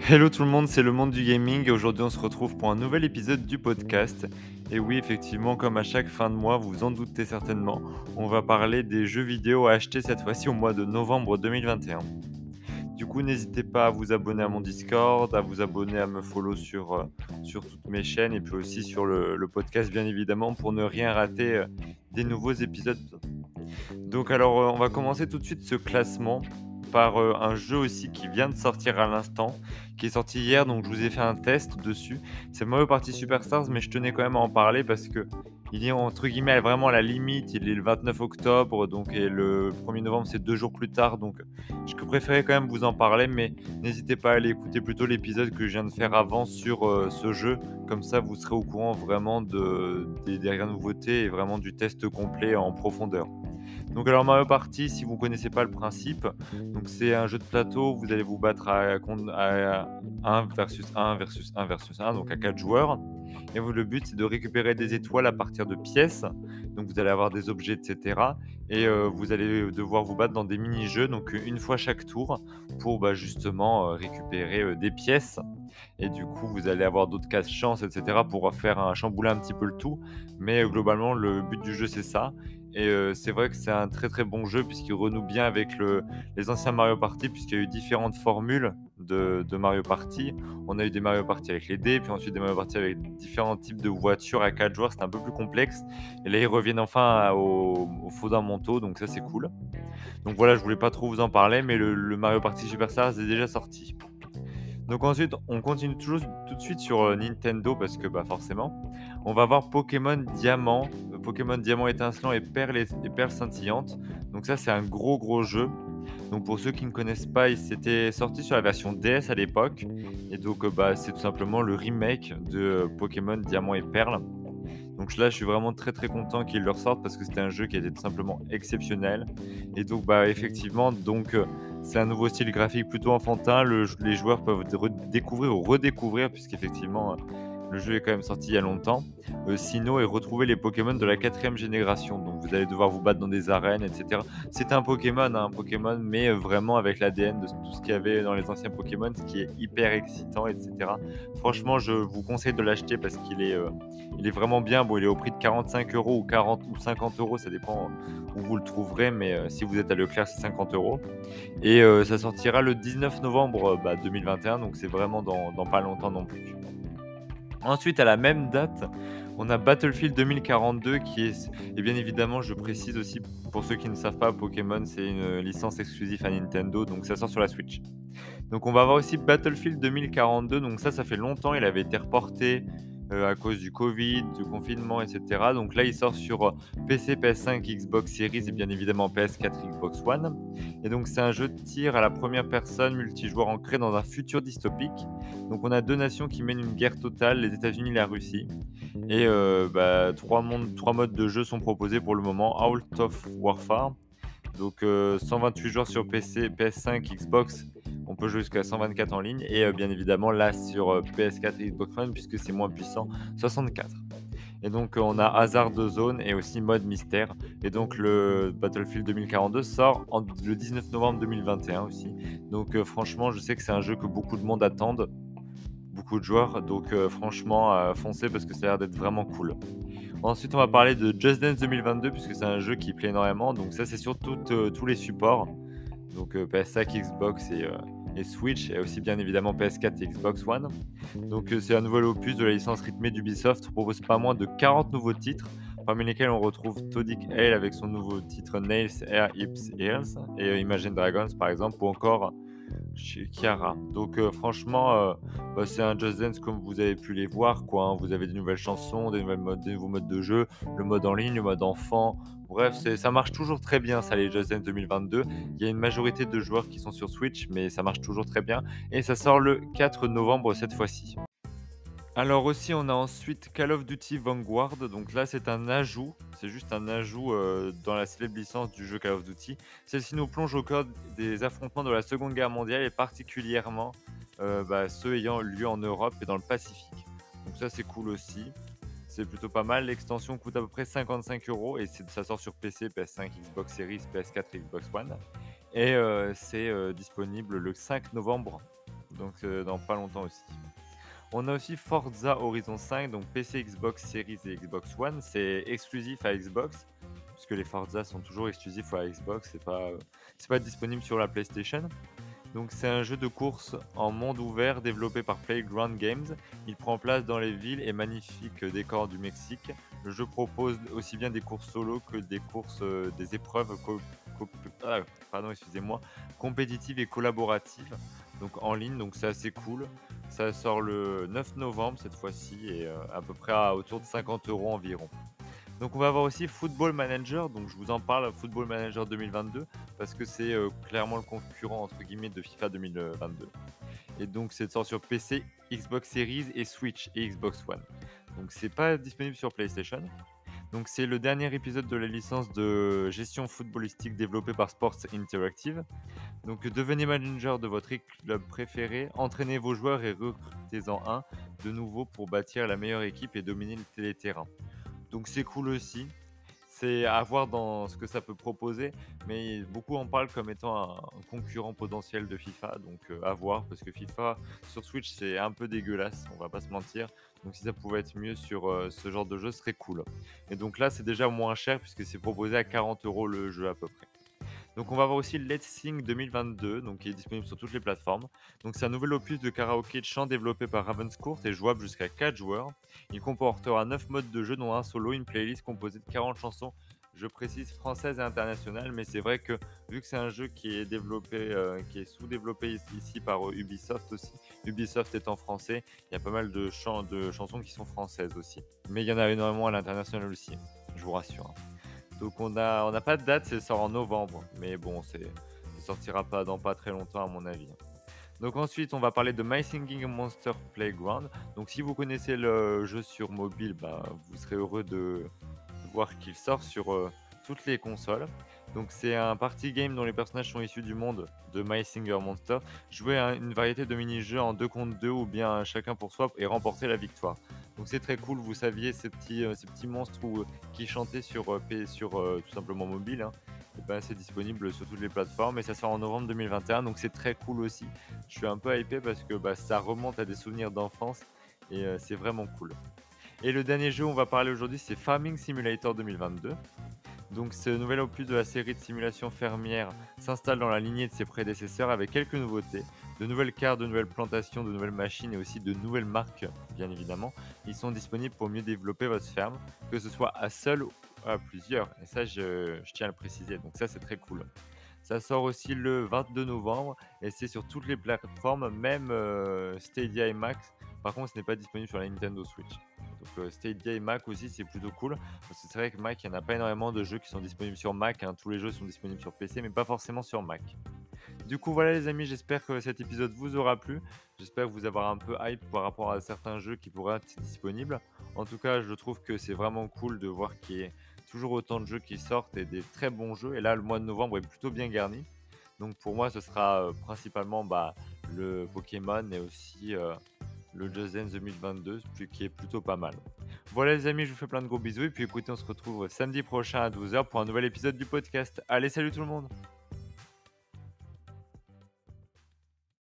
Hello tout le monde, c'est le monde du gaming et aujourd'hui on se retrouve pour un nouvel épisode du podcast. Et oui, effectivement, comme à chaque fin de mois, vous vous en doutez certainement, on va parler des jeux vidéo à acheter cette fois-ci au mois de novembre 2021. Du coup, n'hésitez pas à vous abonner à mon Discord, à vous abonner, à me follow sur toutes mes chaînes et puis aussi sur le podcast bien évidemment pour ne rien rater des nouveaux épisodes. Donc alors, on va commencer tout de suite ce classement par, un jeu aussi qui vient de sortir à l'instant, qui est sorti hier, donc je vous ai fait un test dessus. C'est Mario Party Superstars, mais je tenais quand même à en parler parce qu'il est entre guillemets «vraiment à la limite». Il est le 29 octobre, donc et le 1er novembre, c'est 2 jours plus tard, donc je préférais quand même vous en parler, mais n'hésitez pas à aller écouter plutôt l'épisode que je viens de faire avant sur, ce jeu. Comme ça, vous serez au courant vraiment des dernières nouveautés et vraiment du test complet en profondeur. Donc alors Mario Party, si vous ne connaissez pas le principe, donc c'est un jeu de plateau, vous allez vous battre à 1 versus 1 versus 1 versus 1, donc à 4 joueurs. Et vous, le but, c'est de récupérer des étoiles à partir de pièces. Donc vous allez avoir des objets, etc. Et vous allez devoir vous battre dans des mini-jeux, donc une fois chaque tour, pour justement récupérer des pièces. Et du coup, vous allez avoir d'autres cas de chance, etc. pour faire chambouler un petit peu le tout. Mais globalement, le but du jeu, c'est ça. Et c'est vrai que c'est un très, très bon jeu puisqu'il renoue bien avec les anciens Mario Party, puisqu'il y a eu différentes formules de Mario Party. On a eu des Mario Party avec les dés, puis ensuite des Mario Party avec différents types de voitures à 4 joueurs, c'était un peu plus complexe. Et là, ils reviennent enfin aux fondamentaux, donc ça, c'est cool. Donc voilà, je voulais pas trop vous en parler, mais le Mario Party Superstars est déjà sorti. Donc ensuite, on continue toujours tout de suite sur, Nintendo parce que, forcément, on va voir Pokémon Diamant étincelant et Perles scintillantes. Donc ça, c'est un gros, gros jeu. Donc pour ceux qui ne connaissent pas, il s'était sorti sur la version DS à l'époque et donc, c'est tout simplement le remake de, Pokémon Diamant et Perles. Donc là, je suis vraiment très, très content qu'ils le ressortent parce que c'était un jeu qui était tout simplement exceptionnel et donc effectivement, c'est un nouveau style graphique plutôt enfantin. Les joueurs peuvent découvrir ou redécouvrir puisqu'effectivement, le jeu est quand même sorti il y a longtemps, Sinnoh et retrouver les Pokémon de la 4e génération. Donc vous allez devoir vous battre dans des arènes et cetera. C'est un Pokémon, mais vraiment avec l'ADN de tout ce qu'il y avait dans les anciens Pokémon, ce qui est hyper excitant et cetera. Franchement, je vous conseille de l'acheter parce qu'il est vraiment bien. Bon, il est au prix de 45 € ou 40 ou 50 €, ça dépend où vous le trouverez, mais si vous êtes à Leclerc, c'est 50 € et ça sortira le 19 novembre, 2021, donc c'est vraiment dans pas longtemps non plus. Ensuite, à la même date, on a Battlefield 2042 qui est et bien évidemment, je précise aussi pour ceux qui ne savent pas, Pokémon, c'est une licence exclusive à Nintendo, donc ça sort sur la Switch. Donc on va avoir aussi Battlefield 2042, donc ça fait longtemps, il avait été reporté, à cause du covid, du confinement et cetera. Donc là, il sort sur, PC, PS5, Xbox Series et bien évidemment PS4, Xbox One et donc c'est un jeu de tir à la première personne multijoueur ancré dans un futur dystopique. Donc on a 2 nations qui mènent une guerre totale, les États-Unis et la Russie et 3 modes de jeu sont proposés pour le moment. Out of Warfare, donc 128 joueurs sur PC, PS5, Xbox, on peut jouer jusqu'à 124 en ligne et bien évidemment là sur, PS4 et Xbox One puisque c'est moins puissant, 64 et donc on a hasard de zone et aussi mode mystère et donc le Battlefield 2042 sort le 19 novembre 2021 aussi. Donc franchement, je sais que c'est un jeu que beaucoup de monde attendent, beaucoup de joueurs, donc franchement, foncez parce que ça a l'air d'être vraiment cool. Ensuite, on va parler de Just Dance 2022 puisque c'est un jeu qui plaît énormément. Donc ça, c'est sur tous les supports. Donc PS5, Xbox et Switch et aussi bien évidemment PS4 et Xbox One. Donc c'est un nouvel opus de la licence rythmée d'Ubisoft, propose pas moins de 40 nouveaux titres, parmi lesquels on retrouve Todic Hale avec son nouveau titre Nails, Air, Hips, Ears et Imagine Dragons par exemple, ou encore chez Chiara. Donc franchement, c'est un Just Dance comme vous avez pu les voir quoi, hein. Vous avez des nouvelles chansons, des nouveaux modes de jeu, le mode en ligne, le mode enfant. Bref, ça marche toujours très bien ça les Just Dance 2022. Il y a une majorité de joueurs qui sont sur Switch, mais ça marche toujours très bien et ça sort le 4 novembre cette fois-ci. Alors aussi, on a ensuite Call of Duty Vanguard. Donc là, c'est un ajout. C'est juste un ajout dans la célèbre licence du jeu Call of Duty. Celle-ci nous plonge au cœur des affrontements de la Seconde Guerre mondiale et particulièrement ceux ayant lieu en Europe et dans le Pacifique. Donc ça, c'est cool aussi. C'est plutôt pas mal. L'extension coûte à peu près 55 € et ça sort sur PC, PS5, Xbox Series, PS4 et Xbox One. Et c'est disponible le 5 novembre donc dans pas longtemps aussi. On a aussi Forza Horizon 5, donc PC, Xbox Series et Xbox One. C'est exclusif à Xbox, puisque les Forza sont toujours exclusifs à Xbox, c'est pas disponible sur la PlayStation. Donc c'est un jeu de course en monde ouvert développé par Playground Games. Il prend place dans les villes et magnifiques décors du Mexique. Le jeu propose aussi bien des courses solo que des courses, des épreuves co- ah, pardon, excusez-moi, compétitives et collaboratives, donc en ligne, donc c'est assez cool. Ça sort le 9 novembre cette fois-ci et à peu près à autour de 50 € environ. Donc on va avoir aussi Football Manager, donc je vous en parle, Football Manager 2022, parce que c'est clairement le concurrent entre guillemets de FIFA 2022. Et donc c'est sort sur PC, Xbox Series et Switch et Xbox One. Donc c'est pas disponible sur PlayStation. Donc c'est le dernier épisode de la licence de gestion footballistique développée par Sports Interactive. Donc devenez manager de votre club préféré, entraînez vos joueurs et recrutez-en un de nouveau pour bâtir la meilleure équipe et dominer le téléterrain. Donc c'est cool aussi. C'est à voir dans ce que ça peut proposer, mais beaucoup en parlent comme étant un concurrent potentiel de FIFA, donc à voir parce que FIFA sur Switch, c'est un peu dégueulasse, on va pas se mentir. Donc si ça pouvait être mieux sur, ce genre de jeu, ce serait cool. Et donc là, c'est déjà moins cher puisque c'est proposé à 40 € le jeu à peu près. Donc on va avoir aussi Let's Sing 2022, donc qui est disponible sur toutes les plateformes. Donc c'est un nouvel opus de karaoké de chant développé par Ravenscourt et jouable jusqu'à 4 joueurs. Il comportera 9 modes de jeu dont un solo, une playlist composée de 40 chansons, je précise françaises et internationales, mais c'est vrai que vu que c'est un jeu qui est développé, qui est sous-développé ici par Ubisoft aussi, Ubisoft étant français, il y a pas mal de chansons qui sont françaises aussi. Mais il y en a énormément à l'international aussi, je vous rassure, hein. Donc on n'a pas de date, c'est sort en novembre, mais bon, ça sortira pas dans pas très longtemps à mon avis. Donc ensuite, on va parler de My Singing Monster Playground. Donc si vous connaissez le jeu sur mobile, bah, vous serez heureux de voir qu'il sort sur toutes les consoles. Donc c'est un party game dont les personnages sont issus du monde de My Singer Monster. Jouer à une variété de mini-jeux en 2 contre 2 ou bien chacun pour soi et remporter la victoire. Donc c'est très cool, vous saviez ces petits monstres qui chantaient sur tout simplement mobile, hein. Et ben, c'est disponible sur toutes les plateformes et ça sort en novembre 2021, donc c'est très cool aussi. Je suis un peu hypé parce que bah, ça remonte à des souvenirs d'enfance et c'est vraiment cool. Et le dernier jeu où on va parler aujourd'hui, c'est Farming Simulator 2022. Donc ce nouvel opus de la série de simulation fermière s'installe dans la lignée de ses prédécesseurs avec quelques nouveautés, de nouvelles cartes, de nouvelles plantations, de nouvelles machines et aussi de nouvelles marques, bien évidemment. Ils sont disponibles pour mieux développer votre ferme, que ce soit à seul ou à plusieurs. Et ça, je tiens à le préciser. Donc ça, c'est très cool. Ça sort aussi le 22 novembre et c'est sur toutes les plateformes, même Stadia et Max. Par contre, ce n'est pas disponible sur la Nintendo Switch. Donc Stadia et Mac aussi, c'est plutôt cool. Parce que c'est vrai que Mac, il n'y en a pas énormément de jeux qui sont disponibles sur Mac, hein. Tous les jeux sont disponibles sur PC, mais pas forcément sur Mac. Du coup, voilà les amis, j'espère que cet épisode vous aura plu. J'espère vous avoir un peu hype par rapport à certains jeux qui pourraient être disponibles. En tout cas, je trouve que c'est vraiment cool de voir qu'il y ait toujours autant de jeux qui sortent et des très bons jeux. Et là, le mois de novembre est plutôt bien garni. Donc pour moi, ce sera principalement bah, le Pokémon et aussi le Just Dance 2022, qui est plutôt pas mal. Voilà les amis, je vous fais plein de gros bisous et puis écoutez, on se retrouve samedi prochain à 12 h pour un nouvel épisode du podcast. Allez, salut tout le monde!